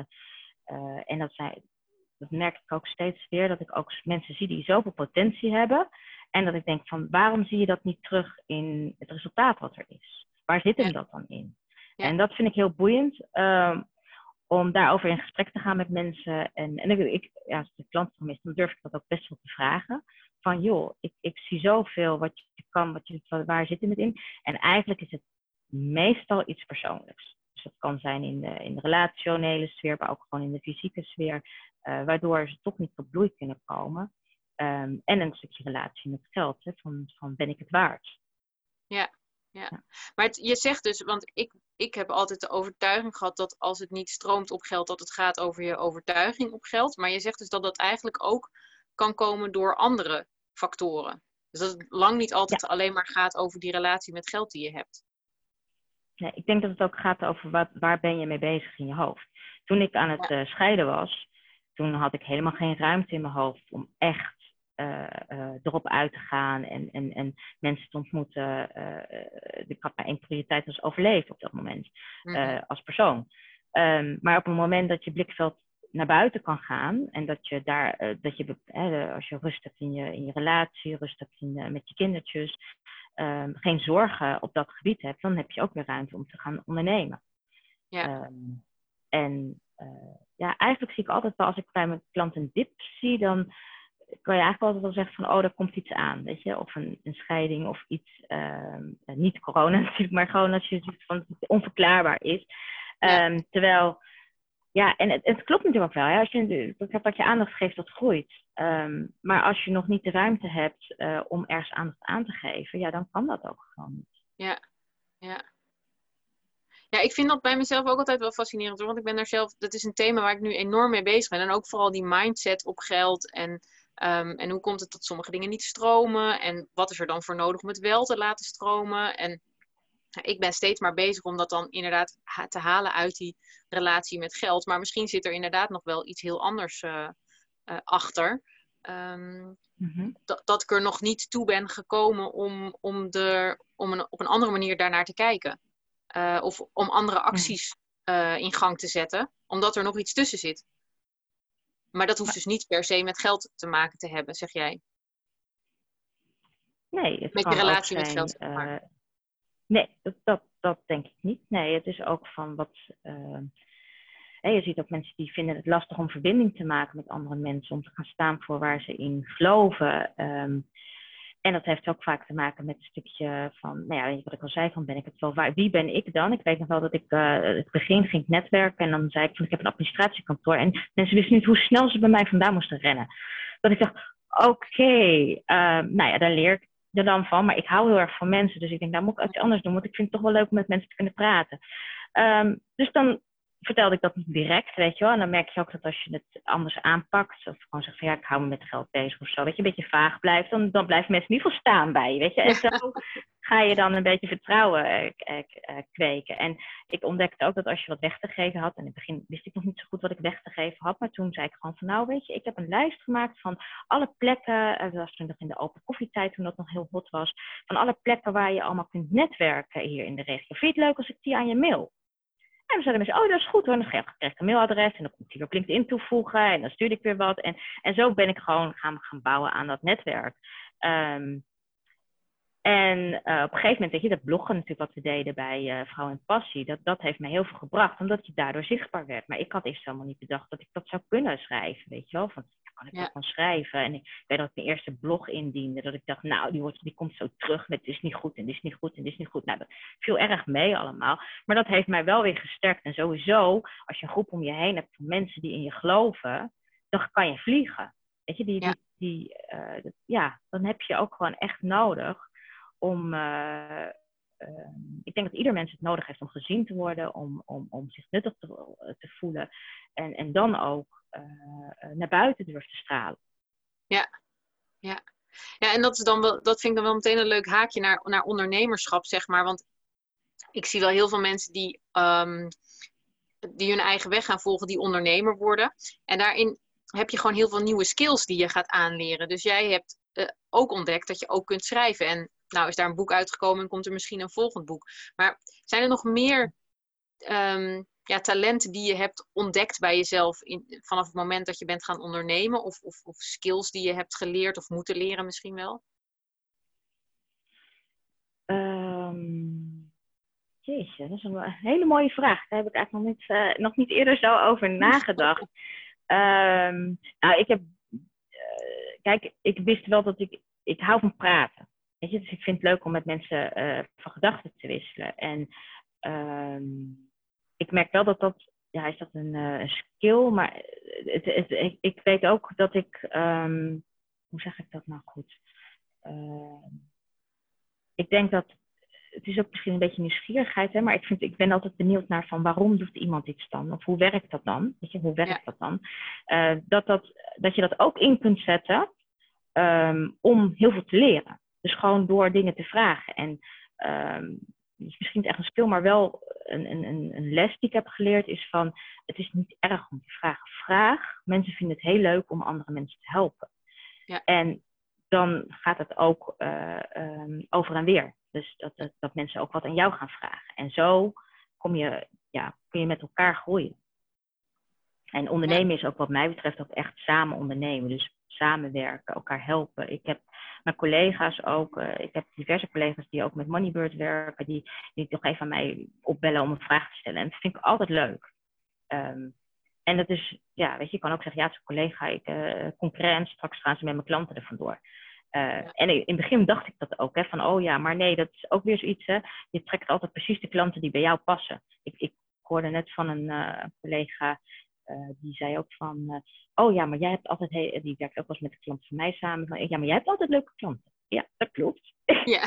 Speaker 3: Dat merk ik ook steeds weer, dat ik ook mensen zie die zoveel potentie hebben. En dat ik denk van, waarom zie je dat niet terug in het resultaat wat er is? Waar zit hem dat dan in? Ja. En dat vind ik heel boeiend. Om daarover in gesprek te gaan met mensen. En als de klant van me is, dan durf ik dat ook best wel te vragen. Van joh, ik zie zoveel wat je kan, waar zit het in? En eigenlijk is het meestal iets persoonlijks. Dus dat kan zijn in de relationele sfeer, maar ook gewoon in de fysieke sfeer. Waardoor ze toch niet tot bloei kunnen komen. En een stukje relatie met geld. Hè, van ben ik het waard?
Speaker 2: Ja. Maar je zegt dus, want ik heb altijd de overtuiging gehad dat als het niet stroomt op geld, dat het gaat over je overtuiging op geld. Maar je zegt dus dat dat eigenlijk ook kan komen door andere factoren. Dus dat het lang niet altijd alleen maar gaat over die relatie met geld die je hebt.
Speaker 3: Nee, ik denk dat het ook gaat over waar ben je mee bezig in je hoofd. Toen ik aan het scheiden was, toen had ik helemaal geen ruimte in mijn hoofd om echt erop uit te gaan en mensen te ontmoeten. Ik had maar 1 prioriteit, als overleven op dat moment als persoon. Maar op het moment dat je blikveld naar buiten kan gaan en dat je daar, als je rust hebt in je relatie, rust hebt met je kindertjes, geen zorgen op dat gebied hebt, dan heb je ook weer ruimte om te gaan ondernemen.
Speaker 2: Ja.
Speaker 3: Eigenlijk zie ik altijd wel, als ik bij mijn klant een dip zie, dan kan je eigenlijk altijd wel zeggen van, oh, daar komt iets aan, weet je, of een scheiding of iets, niet corona natuurlijk, maar gewoon als je ziet van het onverklaarbaar is. Terwijl, ja, en het klopt natuurlijk ook wel, hè? Als je dat je aandacht geeft, dat groeit. Maar als je nog niet de ruimte hebt om ergens aandacht aan te geven, ja, dan kan dat ook gewoon niet.
Speaker 2: Ja, ik vind dat bij mezelf ook altijd wel fascinerend, hoor, want ik ben daar zelf, dat is een thema waar ik nu enorm mee bezig ben. En ook vooral die mindset op geld en hoe komt het dat sommige dingen niet stromen en wat is er dan voor nodig om het wel te laten stromen. En ik ben steeds maar bezig om dat dan inderdaad te halen uit die relatie met geld. Maar misschien zit er inderdaad nog wel iets heel anders achter. Dat ik er nog niet toe ben gekomen om op een andere manier daarnaar te kijken. Of om andere acties in gang te zetten, omdat er nog iets tussen zit. Maar dat hoeft dus niet per se met geld te maken te hebben, zeg jij?
Speaker 3: Nee, het
Speaker 2: met
Speaker 3: kan
Speaker 2: je relatie
Speaker 3: ook
Speaker 2: met
Speaker 3: zijn,
Speaker 2: geld.
Speaker 3: Nee, dat denk ik niet. Nee, het is ook van wat... je ziet ook mensen die vinden het lastig om verbinding te maken met andere mensen, om te gaan staan voor waar ze in geloven. En dat heeft ook vaak te maken met een stukje van, nou ja, wat ik al zei, van ben ik het wel waar? Wie ben ik dan? Ik weet nog wel dat ik het begin ging netwerken en dan zei ik van ik heb een administratiekantoor en mensen wisten niet hoe snel ze bij mij vandaan moesten rennen. Dat ik dacht, oké, nou ja, daar leer ik er dan van, maar ik hou heel erg van mensen, dus ik denk, nou moet ik iets anders doen, want ik vind het toch wel leuk om met mensen te kunnen praten. Dus dan vertelde ik dat niet direct, weet je wel. En dan merk je ook dat als je het anders aanpakt, of gewoon zegt van ja, ik hou me met geld bezig of zo, weet je, een beetje vaag blijft, dan blijven mensen in ieder geval staan bij je, weet je. En zo ga je dan een beetje vertrouwen kweken. En ik ontdekte ook dat als je wat weg te geven had, en in het begin wist ik nog niet zo goed wat ik weg te geven had, maar toen zei ik gewoon van nou, weet je, ik heb een lijst gemaakt van alle plekken, dat was toen nog in de open koffietijd, toen dat nog heel hot was, van alle plekken waar je allemaal kunt netwerken hier in de regio. Vind je het leuk als ik die aan je mail? En dan zeiden mensen, oh, dat is goed hoor. En dan krijg ik een mailadres en dan komt hij weer op LinkedIn toevoegen en dan stuurde ik weer wat. En zo ben ik gewoon gaan bouwen aan dat netwerk. En op een gegeven moment, weet je, dat bloggen natuurlijk wat we deden bij Vrouw en Passie, dat heeft mij heel veel gebracht, omdat je daardoor zichtbaar werd. Maar ik had eerst helemaal niet bedacht dat ik dat zou kunnen schrijven, weet je wel. Van, kan ik dat van schrijven? En ik weet dat ik mijn eerste blog indiende, dat ik dacht, nou, die komt zo terug met dit is niet goed en dit is niet goed en dit is niet goed. Nou, dat viel erg mee allemaal. Maar dat heeft mij wel weer gesterkt. En sowieso, als je een groep om je heen hebt van mensen die in je geloven, dan kan je vliegen. Weet je, dan heb je ook gewoon echt nodig om... ik denk dat ieder mens het nodig heeft om gezien te worden, om zich nuttig te voelen. En dan ook naar buiten durft te stralen.
Speaker 2: Ja, en dat vind ik dan wel meteen een leuk haakje naar ondernemerschap, zeg maar. Want ik zie wel heel veel mensen die hun eigen weg gaan volgen, die ondernemer worden. En daarin heb je gewoon heel veel nieuwe skills die je gaat aanleren. Dus jij hebt ook ontdekt dat je ook kunt schrijven. En nou is daar een boek uitgekomen en komt er misschien een volgend boek. Maar zijn er nog meer talenten die je hebt ontdekt bij jezelf vanaf het moment dat je bent gaan ondernemen? Of skills die je hebt geleerd of moeten leren misschien wel?
Speaker 3: Jeetje, dat is een hele mooie vraag. Daar heb ik eigenlijk nog niet eerder zo over nagedacht. Nou, ik wist wel dat ik hou van praten. Weet je, dus ik vind het leuk om met mensen van gedachten te wisselen. En ik merk wel dat is dat een skill, maar ik weet ook dat ik, hoe zeg ik dat nou goed? Ik denk dat, het is ook misschien een beetje nieuwsgierigheid, hè, maar ik ben altijd benieuwd naar van waarom doet iemand iets dan? Of hoe werkt dat dan? Weet je, hoe werkt dat dan? Dat je dat ook in kunt zetten om heel veel te leren. Dus gewoon door dingen te vragen. En misschien niet echt een speel, maar wel een les die ik heb geleerd is van, het is niet erg om te vragen. Vraag. Mensen vinden het heel leuk om andere mensen te helpen.
Speaker 2: Ja.
Speaker 3: En dan gaat het ook over en weer. Dus dat mensen ook wat aan jou gaan vragen. En zo kun je met elkaar groeien. En ondernemen is ook wat mij betreft ook echt samen ondernemen. Dus samenwerken, elkaar helpen. Ik heb mijn collega's ook. Ik heb diverse collega's die ook met Moneybird werken. Die toch even aan mij opbellen om een vraag te stellen. En dat vind ik altijd leuk. En dat is, weet je, je kan ook zeggen, ja, het is een collega, concurrent. Straks gaan ze met mijn klanten er vandoor. En in het begin dacht ik dat ook, hè, van maar nee, dat is ook weer zoiets, hè. Je trekt altijd precies de klanten die bij jou passen. Ik hoorde net van een collega, die zei ook van, maar jij hebt altijd, die werkt ook wel eens met de klanten van mij samen, van, ja, maar jij hebt altijd leuke klanten. Ja, dat klopt.
Speaker 2: Ja.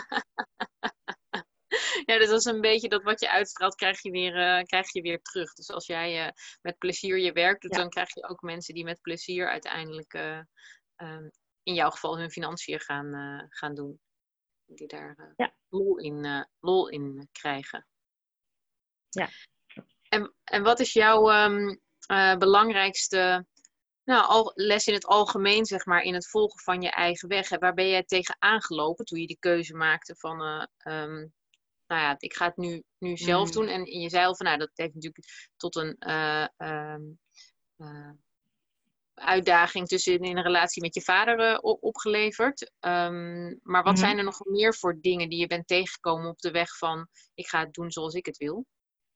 Speaker 2: Ja, dus dat is een beetje dat wat je uitstraalt, krijg je weer terug. Dus als jij met plezier je werk doet, dan krijg je ook mensen die met plezier uiteindelijk in jouw geval hun financiën gaan doen. Die daar lol in krijgen.
Speaker 3: Ja.
Speaker 2: En wat is jouw belangrijkste les in het algemeen, zeg maar, in het volgen van je eigen weg? Hè? Waar ben jij tegen aangelopen toen je die keuze maakte van, ik ga het nu zelf doen. En je zei al van, dat heeft natuurlijk tot een uitdaging in een relatie met je vader opgeleverd. Maar wat zijn er nog meer voor dingen die je bent tegengekomen op de weg van, ik ga het doen zoals ik het wil?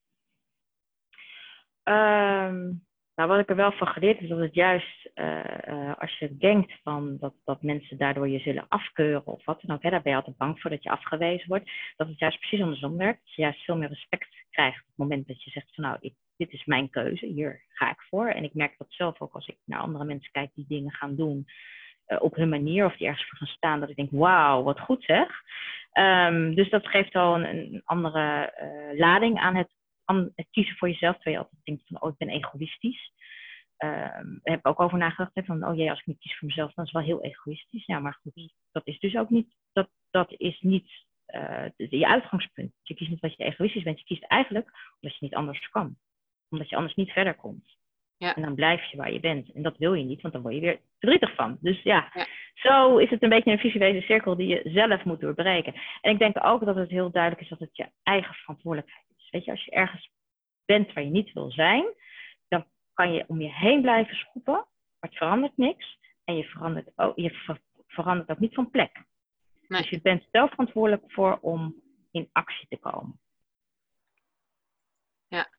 Speaker 3: Wat ik er wel van geleerd is dat het juist als je denkt van dat mensen daardoor je zullen afkeuren of wat dan ook, daar ben je altijd bang voor dat je afgewezen wordt, dat het juist precies andersom werkt. Dat je juist veel meer respect krijgt op het moment dat je zegt van dit is mijn keuze, hier ga ik voor. En ik merk dat zelf ook als ik naar andere mensen kijk die dingen gaan doen op hun manier of die ergens voor gaan staan, dat ik denk, wauw, wat goed zeg. Dus dat geeft al een andere lading aan het kiezen voor jezelf, terwijl je altijd denkt van, ik ben egoïstisch. Daar heb ik ook over nagedacht, hè, van, als ik niet kies voor mezelf, dan is het wel heel egoïstisch. Ja, maar goed, dat is dus ook niet, dat is niet je uitgangspunt. Je kiest niet wat je egoïstisch bent, je kiest eigenlijk omdat je niet anders kan. Omdat je anders niet verder komt. Ja. En dan blijf je waar je bent. En dat wil je niet, want dan word je weer verdrietig van. Dus zo is het een beetje een visuele cirkel die je zelf moet doorbreken. En ik denk ook dat het heel duidelijk is dat het je eigen verantwoordelijkheid is. Weet je, als je ergens bent waar je niet wil zijn, dan kan je om je heen blijven schoppen, maar het verandert niks. En je verandert ook niet van plek. Nee. Dus je bent zelf verantwoordelijk voor om in actie te komen.
Speaker 2: Ja.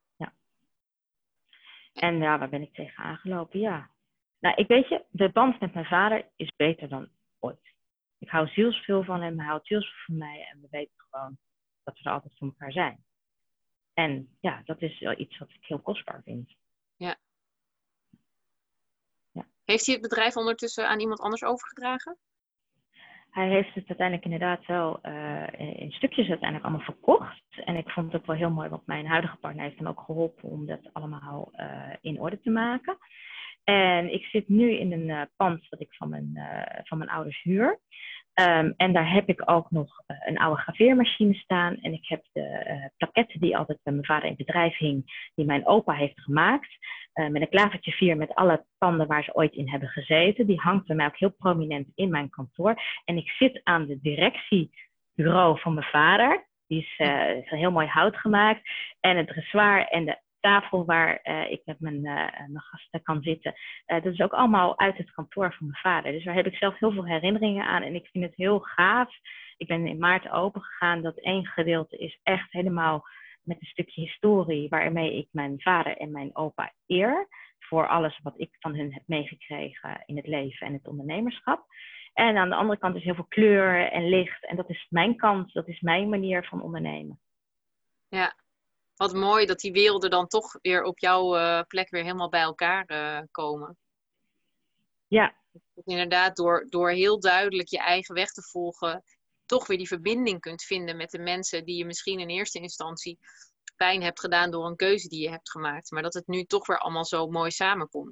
Speaker 3: En waar ben ik tegen aangelopen? Ja. Nou, de band met mijn vader is beter dan ooit. Ik hou zielsveel van hem, hij houdt zielsveel van mij en we weten gewoon dat we er altijd voor elkaar zijn. En dat is wel iets wat ik heel kostbaar vind.
Speaker 2: Ja. Heeft hij het bedrijf ondertussen aan iemand anders overgedragen?
Speaker 3: Hij heeft het uiteindelijk inderdaad wel in stukjes uiteindelijk allemaal verkocht. En ik vond het ook wel heel mooi, want mijn huidige partner heeft hem ook geholpen om dat allemaal in orde te maken. En ik zit nu in een pand dat ik van mijn ouders huur. En daar heb ik ook nog een oude graveermachine staan. En ik heb de plaquette die altijd bij mijn vader in het bedrijf hing, die mijn opa heeft gemaakt. Met een klavertje 4 met alle panden waar ze ooit in hebben gezeten. Die hangt bij mij ook heel prominent in mijn kantoor. En ik zit aan de directiebureau van mijn vader. Die is van heel mooi hout gemaakt. En het dressoir en de tafel waar ik met mijn gasten kan zitten. Dat is ook allemaal uit het kantoor van mijn vader. Dus daar heb ik zelf heel veel herinneringen aan. En ik vind het heel gaaf. Ik ben in maart open gegaan. Dat één gedeelte is echt helemaal met een stukje historie, waarmee ik mijn vader en mijn opa eer. Voor alles wat ik van hun heb meegekregen in het leven en het ondernemerschap. En aan de andere kant is heel veel kleur en licht. En dat is mijn kant. Dat is mijn manier van ondernemen.
Speaker 2: Ja. Wat mooi dat die werelden dan toch weer op jouw plek weer helemaal bij elkaar komen.
Speaker 3: Ja.
Speaker 2: Dat je inderdaad door heel duidelijk je eigen weg te volgen, toch weer die verbinding kunt vinden met de mensen die je misschien in eerste instantie pijn hebt gedaan door een keuze die je hebt gemaakt. Maar dat het nu toch weer allemaal zo mooi samenkomt.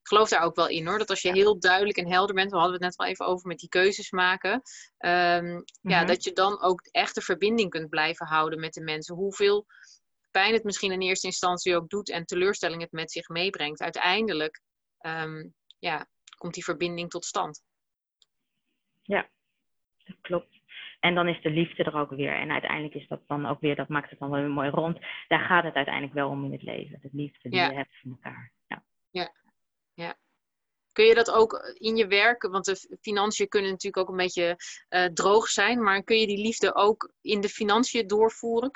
Speaker 2: geloof daar ook wel in hoor. Dat als je heel duidelijk en helder bent, we hadden het net wel even over met die keuzes maken. Dat je dan ook echt de verbinding kunt blijven houden met de mensen. Hoeveel pijn het misschien in eerste instantie ook doet en teleurstelling het met zich meebrengt. Uiteindelijk komt die verbinding tot stand.
Speaker 3: Ja, dat klopt. En dan is de liefde er ook weer. En uiteindelijk is dat dan ook weer, dat maakt het dan wel weer mooi rond. Daar gaat het uiteindelijk wel om in het leven. De liefde die je hebt voor elkaar.
Speaker 2: Ja. Kun je dat ook in je werk, want de financiën kunnen natuurlijk ook een beetje droog zijn, maar kun je die liefde ook in de financiën doorvoeren?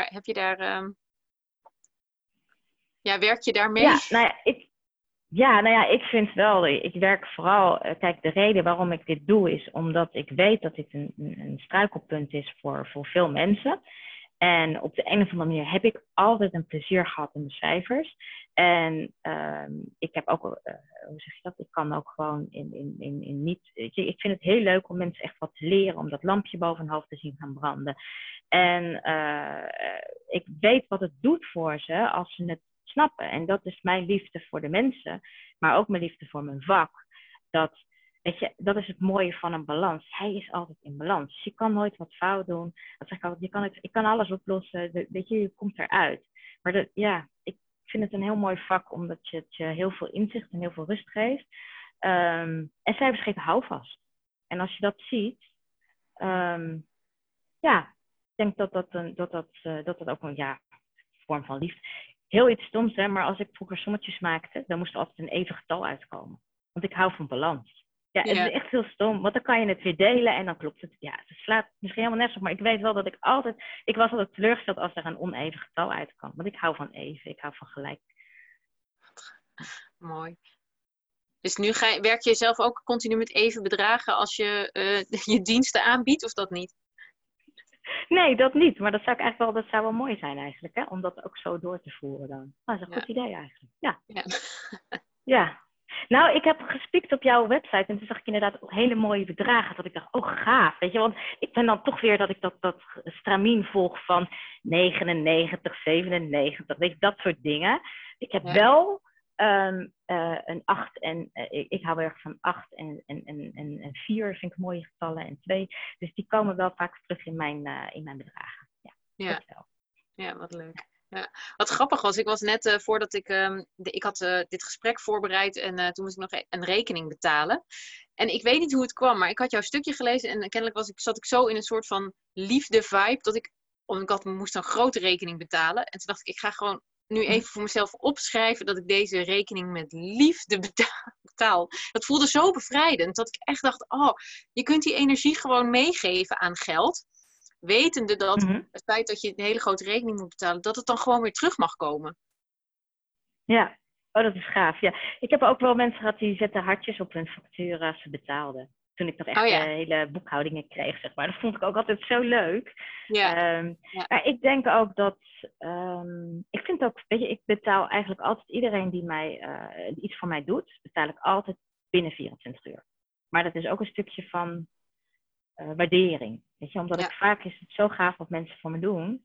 Speaker 2: Werk je daarmee?
Speaker 3: Ik vind wel, ik werk vooral, kijk, de reden waarom ik dit doe is omdat ik weet dat dit een struikelpunt is voor veel mensen. En op de een of andere manier heb ik altijd een plezier gehad in de cijfers. En ik heb ook, hoe zeg je dat? Ik kan ook gewoon in niet. Ik vind het heel leuk om mensen echt wat te leren, om dat lampje boven hun hoofd te zien gaan branden. En ik weet wat het doet voor ze als ze het snappen. En dat is mijn liefde voor de mensen, maar ook mijn liefde voor mijn vak. Weet je, dat is het mooie van een balans. Hij is altijd in balans. Dus je kan nooit wat fout doen. Dat zeg ik altijd, ik kan alles oplossen. Weet je komt eruit. Maar ik vind het een heel mooi vak, omdat het je heel veel inzicht en heel veel rust geeft. En cijfers geven houvast. En als je dat ziet, ik denk dat ook een vorm van liefde. Heel iets stoms, hè, maar als ik vroeger sommetjes maakte, dan moest er altijd een even getal uitkomen. Want ik hou van balans. Ja, het is echt heel stom, want dan kan je het weer delen en dan klopt het. Ja, het slaat misschien helemaal nergens op, maar ik weet wel dat ik was altijd teleurgesteld als er een oneven getal uitkwam. Want ik hou van even, ik hou van gelijk.
Speaker 2: Mooi. Dus nu werk je zelf ook continu met even bedragen als je je diensten aanbiedt, of dat niet?
Speaker 3: Nee, dat niet. Maar dat zou wel mooi zijn eigenlijk, hè? Om dat ook zo door te voeren dan. Dat is een goed idee eigenlijk. Ja. Nou, ik heb gespiekt op jouw website en toen zag ik inderdaad hele mooie bedragen. Dat ik dacht, oh gaaf, weet je. Want ik ben dan toch weer dat ik dat stramien volg van 99, 97, weet je, dat soort dingen. Ik heb wel een 8 en ik hou erg van 8 en 4 vind ik mooie getallen en 2. Dus die komen wel vaak terug in mijn bedragen.
Speaker 2: Ja, wat leuk. Ja. Wat grappig was, ik was net voordat ik had dit gesprek voorbereid en toen moest ik nog een rekening betalen. En ik weet niet hoe het kwam, maar ik had jouw stukje gelezen en kennelijk zat ik zo in een soort van liefde-vibe dat ik moest een grote rekening betalen. En toen dacht ik ga gewoon nu even voor mezelf opschrijven dat ik deze rekening met liefde betaal. Dat voelde zo bevrijdend dat ik echt dacht, je kunt die energie gewoon meegeven aan geld. Wetende dat het feit dat je een hele grote rekening moet betalen, dat het dan gewoon weer terug mag komen.
Speaker 3: Ja, dat is gaaf. Ja. Ik heb ook wel mensen gehad die zetten hartjes op hun facturen als ze betaalden. Toen ik nog echt hele boekhoudingen kreeg, zeg maar. Dat vond ik ook altijd zo leuk. Maar ik denk ook dat... ik vind ook, weet je, ik betaal eigenlijk altijd iedereen die iets voor mij doet, betaal ik altijd binnen 24 uur. Maar dat is ook een stukje van waardering. Weet je, omdat vaak is het zo gaaf wat mensen voor me doen.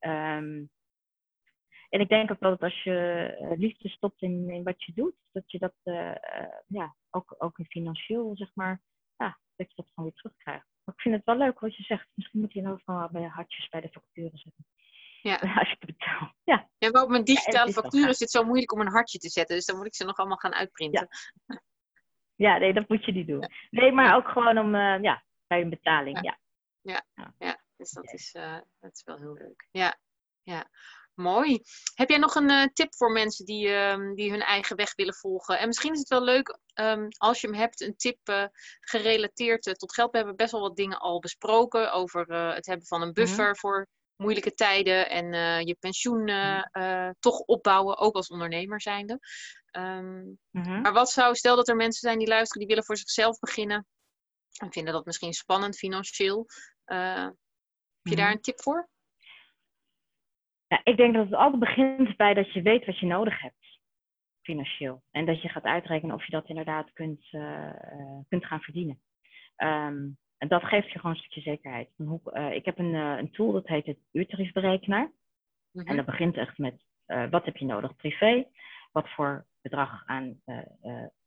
Speaker 3: En ik denk ook wel dat als je liefde stopt in wat je doet, dat je dat ook in financieel, zeg maar, dat je dat gewoon weer terugkrijgt. Maar ik vind het wel leuk wat je zegt. Misschien moet je nou gewoon bij hartjes bij de facturen zetten.
Speaker 2: Ja.
Speaker 3: Als je het betaalt. Ja.
Speaker 2: Maar op mijn digitale facturen is het zo moeilijk om een hartje te zetten. Dus dan moet ik ze nog allemaal gaan uitprinten.
Speaker 3: Ja, nee, dat moet je niet doen. Nee, maar ook gewoon om, bij een betaling.
Speaker 2: Ja. Dus dat is wel heel leuk. Ja. Mooi. Heb jij nog een tip voor mensen die hun eigen weg willen volgen? En misschien is het wel leuk als je hem hebt, een tip gerelateerd tot geld. We hebben best wel wat dingen al besproken over het hebben van een buffer voor moeilijke tijden en je pensioen toch opbouwen, ook als ondernemer zijnde. Maar stel dat er mensen zijn die luisteren, die willen voor zichzelf beginnen en vinden dat misschien spannend financieel. Heb je daar een tip voor?
Speaker 3: Ja, ik denk dat het altijd begint bij dat je weet wat je nodig hebt, financieel. En dat je gaat uitrekenen of je dat inderdaad kunt gaan verdienen. En dat geeft je gewoon een stukje zekerheid. Ik heb een tool, dat heet het uurtariefberekenaar. En dat begint echt met wat heb je nodig privé, wat voor bedrag aan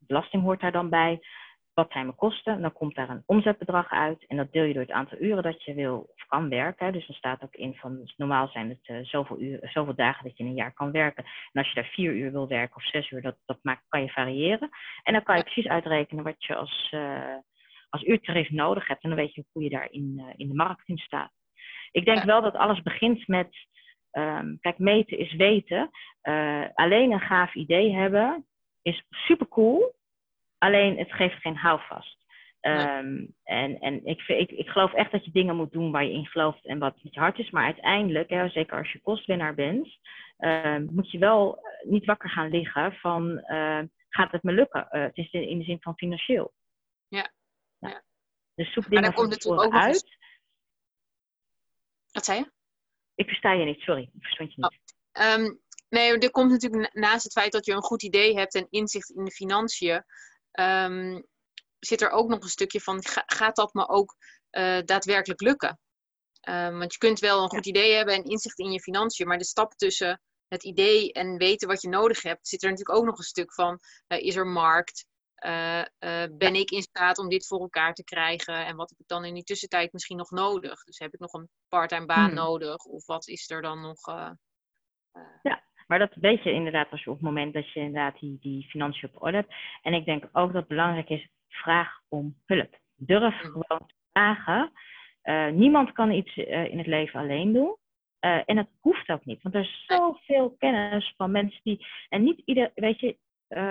Speaker 3: belasting hoort daar dan bij. Wat zijn mijn kosten? En dan komt daar een omzetbedrag uit. En dat deel je door het aantal uren dat je wil of kan werken. Dus dan staat ook in van, dus normaal zijn het zoveel dagen dat je in een jaar kan werken. En als je daar 4 uur wil werken of 6 uur, kan je variëren. En dan kan je precies uitrekenen wat je als uurtarief nodig hebt. En dan weet je hoe je daar in de markt in staat. Ik denk wel dat alles begint met, kijk, meten is weten. Alleen een gaaf idee hebben is super cool. Alleen het geeft geen houvast. En ik geloof echt dat je dingen moet doen waar je in gelooft en wat met je hart is. Maar uiteindelijk, zeker als je kostwinnaar bent, moet je wel niet wakker gaan liggen van gaat het me lukken? Het is in de zin van financieel.
Speaker 2: Ja.
Speaker 3: Dus zoek dingen van tevoren uit.
Speaker 2: Wat zei je?
Speaker 3: Ik versta je niet, sorry. Ik verstond je niet.
Speaker 2: Nee, er komt natuurlijk naast het feit dat je een goed idee hebt en inzicht in de financiën, zit er ook nog een stukje van, gaat dat me ook daadwerkelijk lukken? Want je kunt wel een goed idee hebben en inzicht in je financiën, maar de stap tussen het idee en weten wat je nodig hebt, zit er natuurlijk ook nog een stuk van, is er markt? Ben ik in staat om dit voor elkaar te krijgen? En wat heb ik dan in die tussentijd misschien nog nodig? Dus heb ik nog een parttime baan nodig? Of wat is er dan nog?
Speaker 3: Ja, maar dat weet je inderdaad als je op het moment dat je inderdaad die financiën op orde hebt. En ik denk ook dat het belangrijk is, vraag om hulp. Durf gewoon te vragen. Niemand kan iets in het leven alleen doen. En dat hoeft ook niet. Want er is zoveel kennis van mensen die... En niet ieder... Weet je...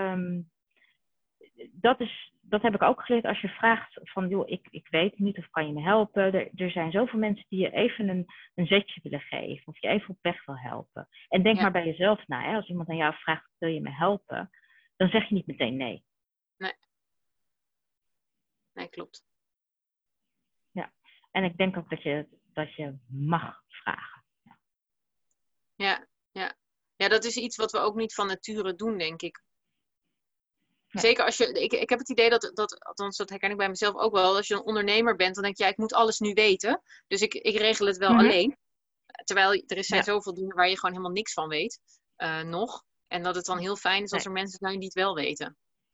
Speaker 3: Dat heb ik ook geleerd als je vraagt van, joh, ik weet niet of kan je me helpen. Er zijn zoveel mensen die je even een zetje willen geven of je even op weg wil helpen. En denk maar bij jezelf na. Hè? Als iemand aan jou vraagt, wil je me helpen? Dan zeg je niet meteen nee.
Speaker 2: Nee, klopt.
Speaker 3: Ja, en ik denk ook dat je mag vragen.
Speaker 2: Ja, dat is iets wat we ook niet van nature doen, denk ik. Ja. Zeker als je, ik heb het idee dat, althans dat herken ik bij mezelf ook wel, als je een ondernemer bent, dan denk je, ik moet alles nu weten. Dus ik regel het wel alleen. Terwijl zijn zoveel dingen waar je gewoon helemaal niks van weet, nog. En dat het dan heel fijn is als er mensen zijn die het wel weten.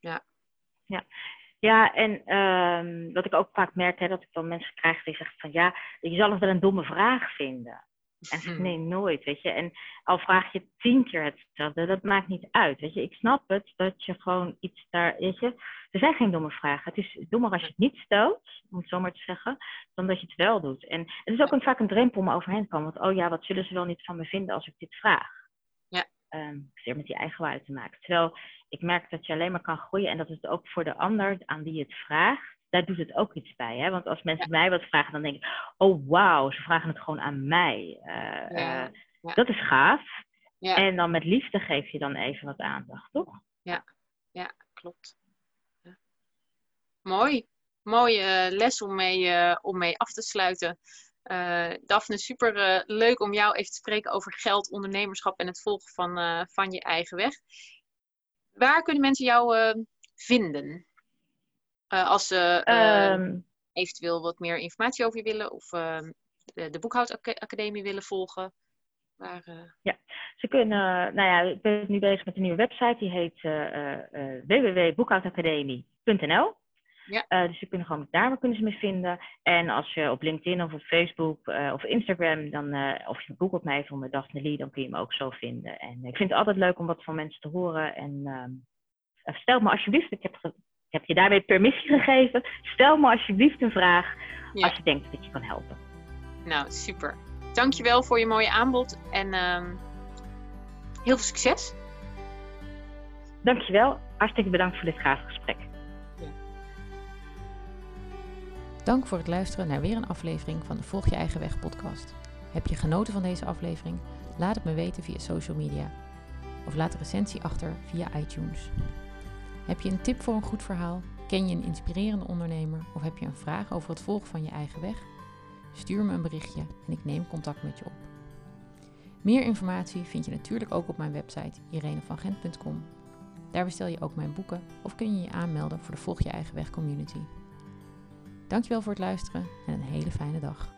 Speaker 3: Ja, en wat ik ook vaak merk, dat ik dan mensen krijg die zeggen van, ja, je zal het wel een domme vraag vinden. En nee, nooit, weet je. En al vraag je 10 keer hetzelfde, dat maakt niet uit, weet je. Ik snap het, dat je gewoon iets daar, weet je. Er zijn geen domme vragen. Het is dommer als je het niet stelt, om het zo maar te zeggen, dan dat je het wel doet. En het is ook vaak een drempel om overheen te komen. Want, wat zullen ze wel niet van me vinden als ik dit vraag?
Speaker 2: Ja.
Speaker 3: Zeer met die eigenwaarde te maken. Terwijl ik merk dat je alleen maar kan groeien en dat het ook voor de ander aan wie je het vraagt, daar doet het ook iets bij. Hè? Want als mensen mij wat vragen, dan denk ik, oh wauw, ze vragen het gewoon aan mij. Dat is gaaf. Ja. En dan met liefde geef je dan even wat aandacht, toch?
Speaker 2: Ja, klopt. Ja. Mooi. Mooie les om mee af te sluiten. Daphne, super leuk om jou even te spreken over geld, ondernemerschap en het volgen van je eigen weg. Waar kunnen mensen jou vinden? Als ze eventueel wat meer informatie over je willen of de Boekhoudacademie willen volgen.
Speaker 3: Ja, ze kunnen, ik ben nu bezig met een nieuwe website. Die heet www.boekhoudacademie.nl. Ja. Dus daar kunnen ze me vinden. En als je op LinkedIn of op Facebook of Instagram, of je googelt mij onder Daphne Lee, dan kun je me ook zo vinden. En ik vind het altijd leuk om wat van mensen te horen. En stel me alsjeblieft, ik heb je daarmee permissie gegeven. Stel me alsjeblieft een vraag als je denkt dat je kan helpen.
Speaker 2: Nou, super. Dankjewel voor je mooie aanbod en heel veel succes.
Speaker 3: Dankjewel. Hartstikke bedankt voor dit gave gesprek. Ja.
Speaker 1: Dank voor het luisteren naar weer een aflevering van de Volg je eigen weg podcast. Heb je genoten van deze aflevering? Laat het me weten via social media. Of laat een recensie achter via iTunes. Heb je een tip voor een goed verhaal? Ken je een inspirerende ondernemer? Of heb je een vraag over het volgen van je eigen weg? Stuur me een berichtje en ik neem contact met je op. Meer informatie vind je natuurlijk ook op mijn website irenevangent.com. Daar bestel je ook mijn boeken of kun je je aanmelden voor de Volg je eigen weg community. Dankjewel voor het luisteren en een hele fijne dag.